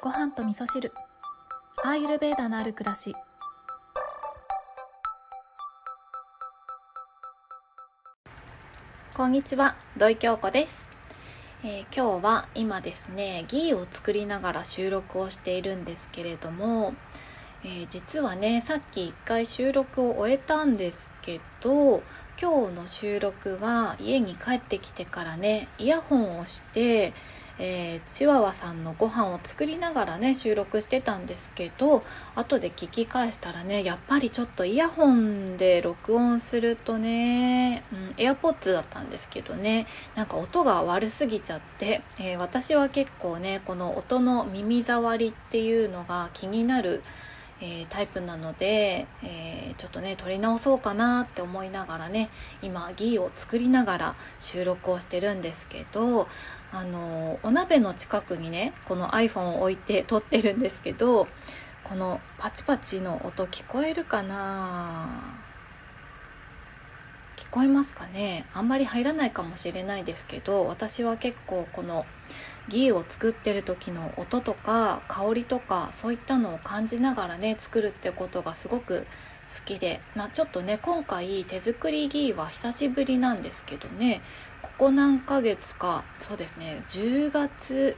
ご飯と味噌汁、アーユルヴェーダのある暮らし。こんにちは、土井京子です。今日は今ですね、ギーを作りながら収録をしているんですけれども、実はね、さっき一回収録を終えたんですけど、今日の収録は家に帰ってきてからね、イヤホンをして、チワワさんのご飯を作りながらね収録してたんですけど、後で聞き返したらね、やっぱりちょっとイヤホンで録音するとね、AirPods だったんですけどね、なんか音が悪すぎちゃって、私は結構ねこの音の耳障りっていうのが気になるタイプなので、ちょっとね撮り直そうかなって思いながらね、今ギーを作りながら収録をしてるんですけど、お鍋の近くにねこの iPhone を置いて撮ってるんですけど、このパチパチの音聞こえるかな？聞こえますかね？あんまり入らないかもしれないですけど、私は結構このギーを作ってる時の音とか香りとかそういったのを感じながらね作るってことがすごく好きで、ちょっとね今回手作りギーは久しぶりなんですけどね、ここ何ヶ月か、そうですね、10月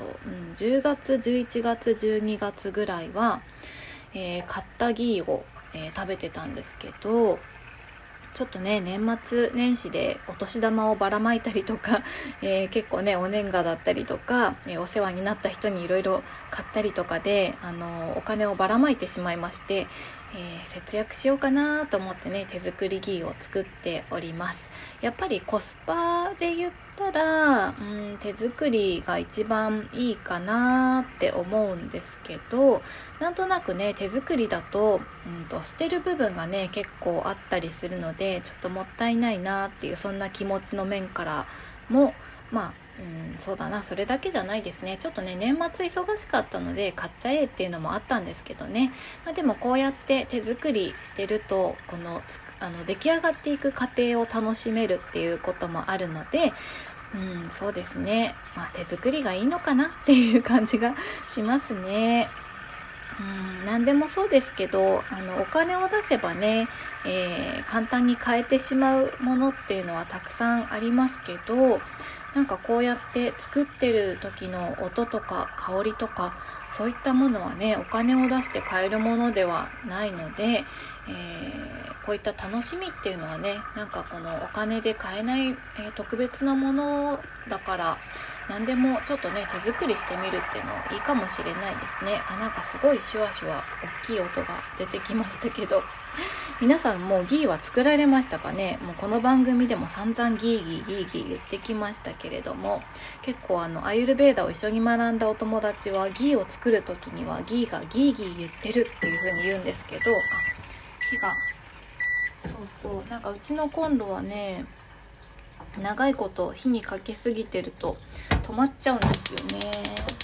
10月11月12月ぐらいは、買ったギーを、食べてたんですけど、ちょっとね年末年始でお年玉をばらまいたりとか、結構ねお年賀だったりとか、お世話になった人にいろいろ買ったりとかでお金をばらまいてしまいまして、節約しようかなと思ってね手作りギーを作っております。やっぱりコスパで言ったら、手作りが一番いいかなって思うんですけど、なんとなくね手作りだと、捨てる部分がね結構あったりするので、ちょっともったいないなっていう、そんな気持ちの面からもそうだな、それだけじゃないですね。ちょっとね年末忙しかったので買っちゃえっていうのもあったんですけどね、でもこうやって手作りしてるとこの出来上がっていく過程を楽しめるっていうこともあるので、そうですね、手作りがいいのかなっていう感じがしますね。何でもそうですけど、お金を出せばね、簡単に買えてしまうものっていうのはたくさんありますけど、なんかこうやって作ってる時の音とか香りとかそういったものはねお金を出して買えるものではないので、こういった楽しみっていうのはね、なんかこのお金で買えない、特別なものだから、何でもちょっとね手作りしてみるっていうのいいかもしれないですね。なんかすごいシュワシュワ大きい音が出てきましたけど、皆さんもうギーは作られましたかね？もうこの番組でも散々ギーギーギーギー言ってきましたけれども、結構アーユルヴェーダを一緒に学んだお友達はギーを作る時にはギーがギーギー言ってるっていう風に言うんですけど、火がそうなんかうちのコンロはね長いこと火にかけすぎてると止まっちゃうんですよねはい、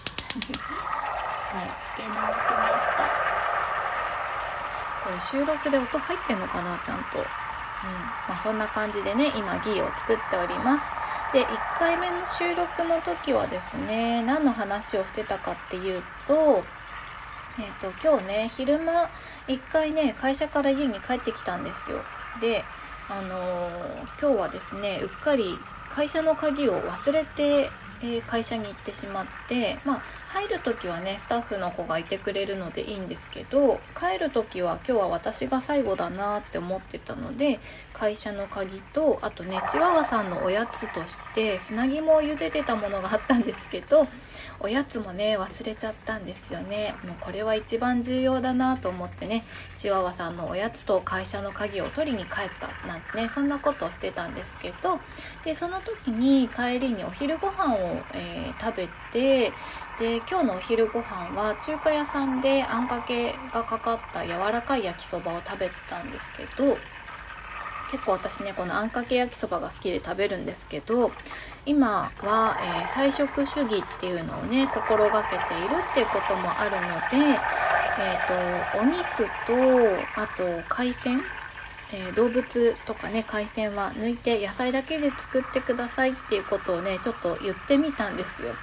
つけ直しました。これ収録で音入ってんのかな、ちゃんと。そんな感じでね今ギーを作っております。で、1回目の収録の時はですね、何の話をしてたかっていうと、今日ね昼間1回ね会社から家に帰ってきたんですよ。で今日はですねうっかり会社の鍵を忘れて、会社に行ってしまって、入る時はねスタッフの子がいてくれるのでいいんですけど、帰る時は今日は私が最後だなって思ってたので、会社の鍵とあとねチワワさんのおやつとして砂肝を茹でてたものがあったんですけど、おやつもね忘れちゃったんですよね。もうこれは一番重要だなと思ってね、チワワさんのおやつと会社の鍵を取りに帰ったなんてね、そんなことをしてたんですけど、でその時に帰りにお昼ご飯を、食べて、で今日のお昼ご飯は中華屋さんであんかけがかかった柔らかい焼きそばを食べてたんですけど、結構私ねこのあんかけ焼きそばが好きで食べるんですけど、今は、菜食主義っていうのをね心がけているっていうこともあるので、お肉とあと海鮮、動物とかね海鮮は抜いて野菜だけで作ってくださいっていうことをねちょっと言ってみたんですよ。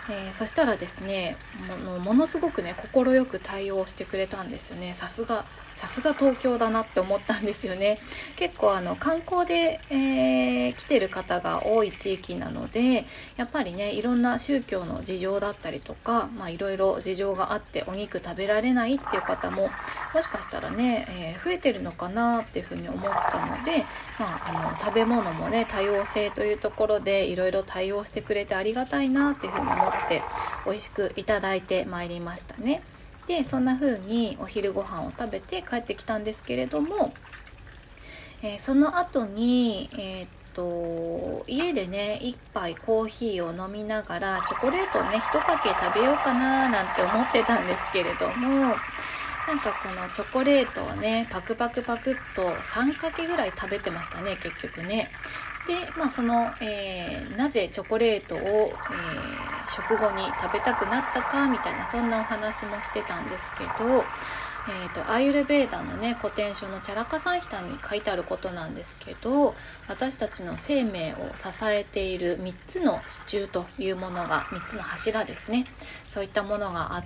そしたらですね、ものすごくね快く対応してくれたんですよね。さすが東京だなって思ったんですよね。結構観光で、来てる方が多い地域なので、やっぱりねいろんな宗教の事情だったりとか、いろいろ事情があってお肉食べられないっていう方ももしかしたらね、増えてるのかなっていうふうに思ったので、食べ物もね多様性というところでいろいろ対応してくれてありがたいなっていうふうに思って美味しくいただいてまいりましたね。でそんな風にお昼ご飯を食べて帰ってきたんですけれども、その後に、家でね一杯コーヒーを飲みながらチョコレートをね一かけ食べようかななんて思ってたんですけれども、なんかこのチョコレートをねパクパクパクっと3かけぐらい食べてましたね結局ね。でその、なぜチョコレートを、食後に食べたくなったかみたいなそんなお話もしてたんですけど、アーユルヴェーダのね古典書のチャラカサンヒタに書いてあることなんですけど、私たちの生命を支えている3つの支柱というものが、3つの柱ですね、そういったものがあって、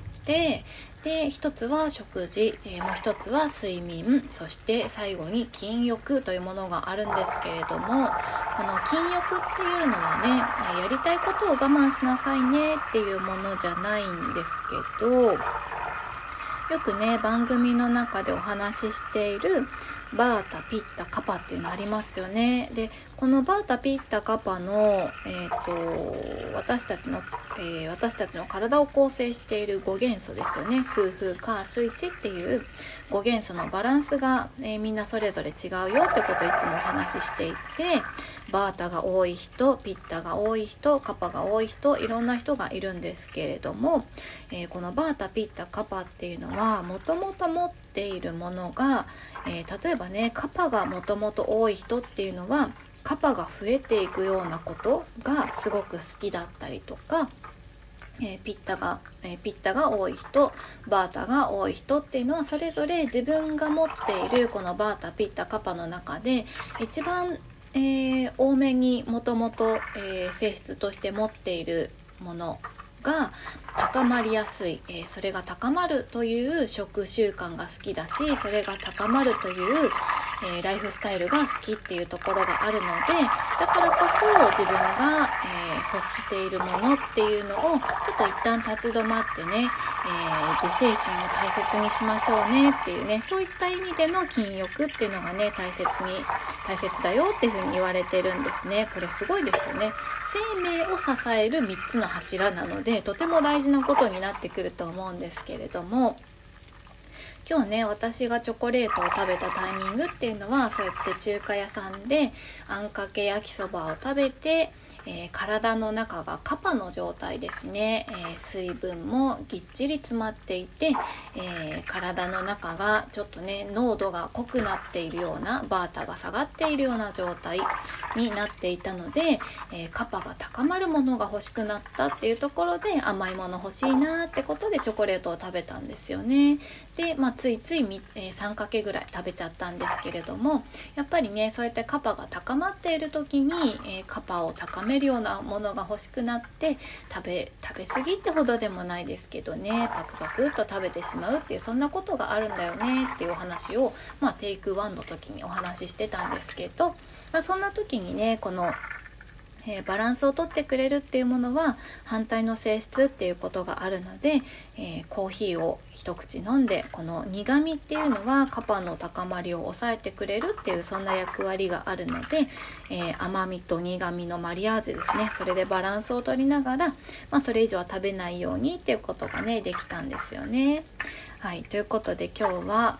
で一つは食事、もう一つは睡眠、そして最後に禁欲というものがあるんですけれども、この禁欲っていうのはねやりたいことを我慢しなさいねっていうものじゃないんですけど、よくね番組の中でお話ししているバータ、ピッタ、カパっていうのありますよね。でこのバータ、ピッタ、カパの、私たちの体を構成している5元素ですよね。空風火水地っていう5元素のバランスが、みんなそれぞれ違うよってことをいつもお話ししていて、バータが多い人、ピッタが多い人、カパが多い人、いろんな人がいるんですけれども、このバータ、ピッタ、カパっていうのはもともと持っているものが、例えばねカパがもともと多い人っていうのはカパが増えていくようなことがすごく好きだったりとか、ピッタが多い人、バータが多い人っていうのはそれぞれ自分が持っているこのバータ、ピッタ、カパの中で一番、多めにもともと性質として持っているものが高まりやすい、それが高まるという食習慣が好きだし、それが高まるという、ライフスタイルが好きっていうところがあるので、だからこそ自分が、欲しているものっていうのをちょっと一旦立ち止まってね、自制心を大切にしましょうねっていうね、そういった意味での禁欲っていうのがね大切だよっていうふうに言われてるんですね。これすごいですよね。生命を支える3つの柱なのでとても大事なことになってくると思うんですけれども、今日ね私がチョコレートを食べたタイミングっていうのはそうやって中華屋さんであんかけ焼きそばを食べて、体の中がカパの状態ですね、水分もぎっちり詰まっていて、体の中がちょっとね濃度が濃くなっているような、バータが下がっているような状態になっていたので、カパが高まるものが欲しくなったっていうところで甘いもの欲しいなってことでチョコレートを食べたんですよね。で、ついつい3かけぐらい食べちゃったんですけれども、やっぱりねそうやってカパが高まっている時に、カパを高めるようなものが欲しくなって食べ過ぎってほどでもないですけどね、パクパクっと食べてしまうっていうそんなことがあるんだよねっていうお話を、テイク1の時にお話ししてたんですけど、そんな時にねこのバランスをとってくれるっていうものは反対の性質っていうことがあるので、コーヒーを一口飲んでこの苦味っていうのはカパの高まりを抑えてくれるっていうそんな役割があるので、甘みと苦味のマリアージュですね、それでバランスをとりながら、それ以上は食べないようにっていうことがねできたんですよね。はい、ということで今日は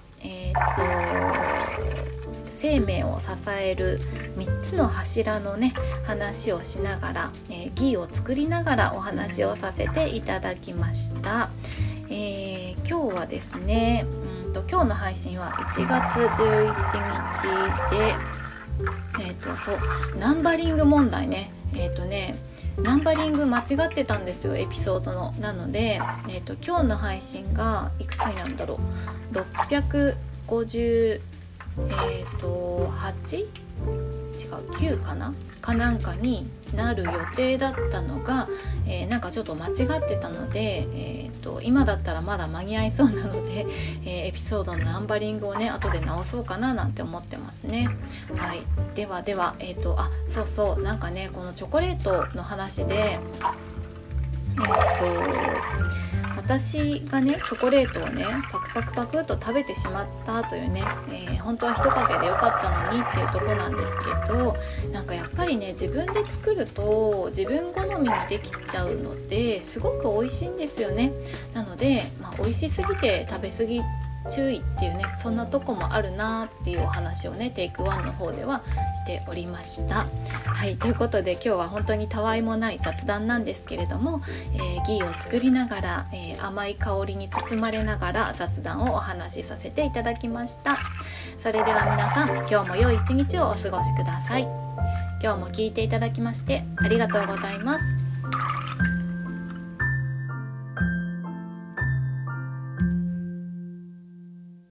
生命を支える3つの柱のね話をしながら、ギーを作りながらお話をさせていただきました。今日はですね、今日の配信は1月11日で、そうナンバリング問題ね、ナンバリング間違ってたんですよエピソードの。なので、今日の配信がいくつになるんだろう、650 8 9かなんかになる予定だったのが、なんかちょっと間違ってたので、今だったらまだ間に合いそうなので、エピソードのナンバリングをね後で直そうかななんて思ってますね。はい、ではそうなんかねこのチョコレートの話で私がねチョコレートをねパクッと食べてしまったというね、本当は一かけでよかったのにっていうところなんですけど、なんかやっぱりね自分で作ると自分好みにできちゃうのですごく美味しいんですよね。なので、美味しすぎて食べ過ぎ注意っていうね、そんなとこもあるなっていうお話をねテイク1の方ではしておりました。はい、ということで今日は本当にたわいもない雑談なんですけれども、ギーを作りながら、甘い香りに包まれながら雑談をお話しさせていただきました。それでは皆さん、今日も良い一日をお過ごしください。今日も聞いていただきましてありがとうございます。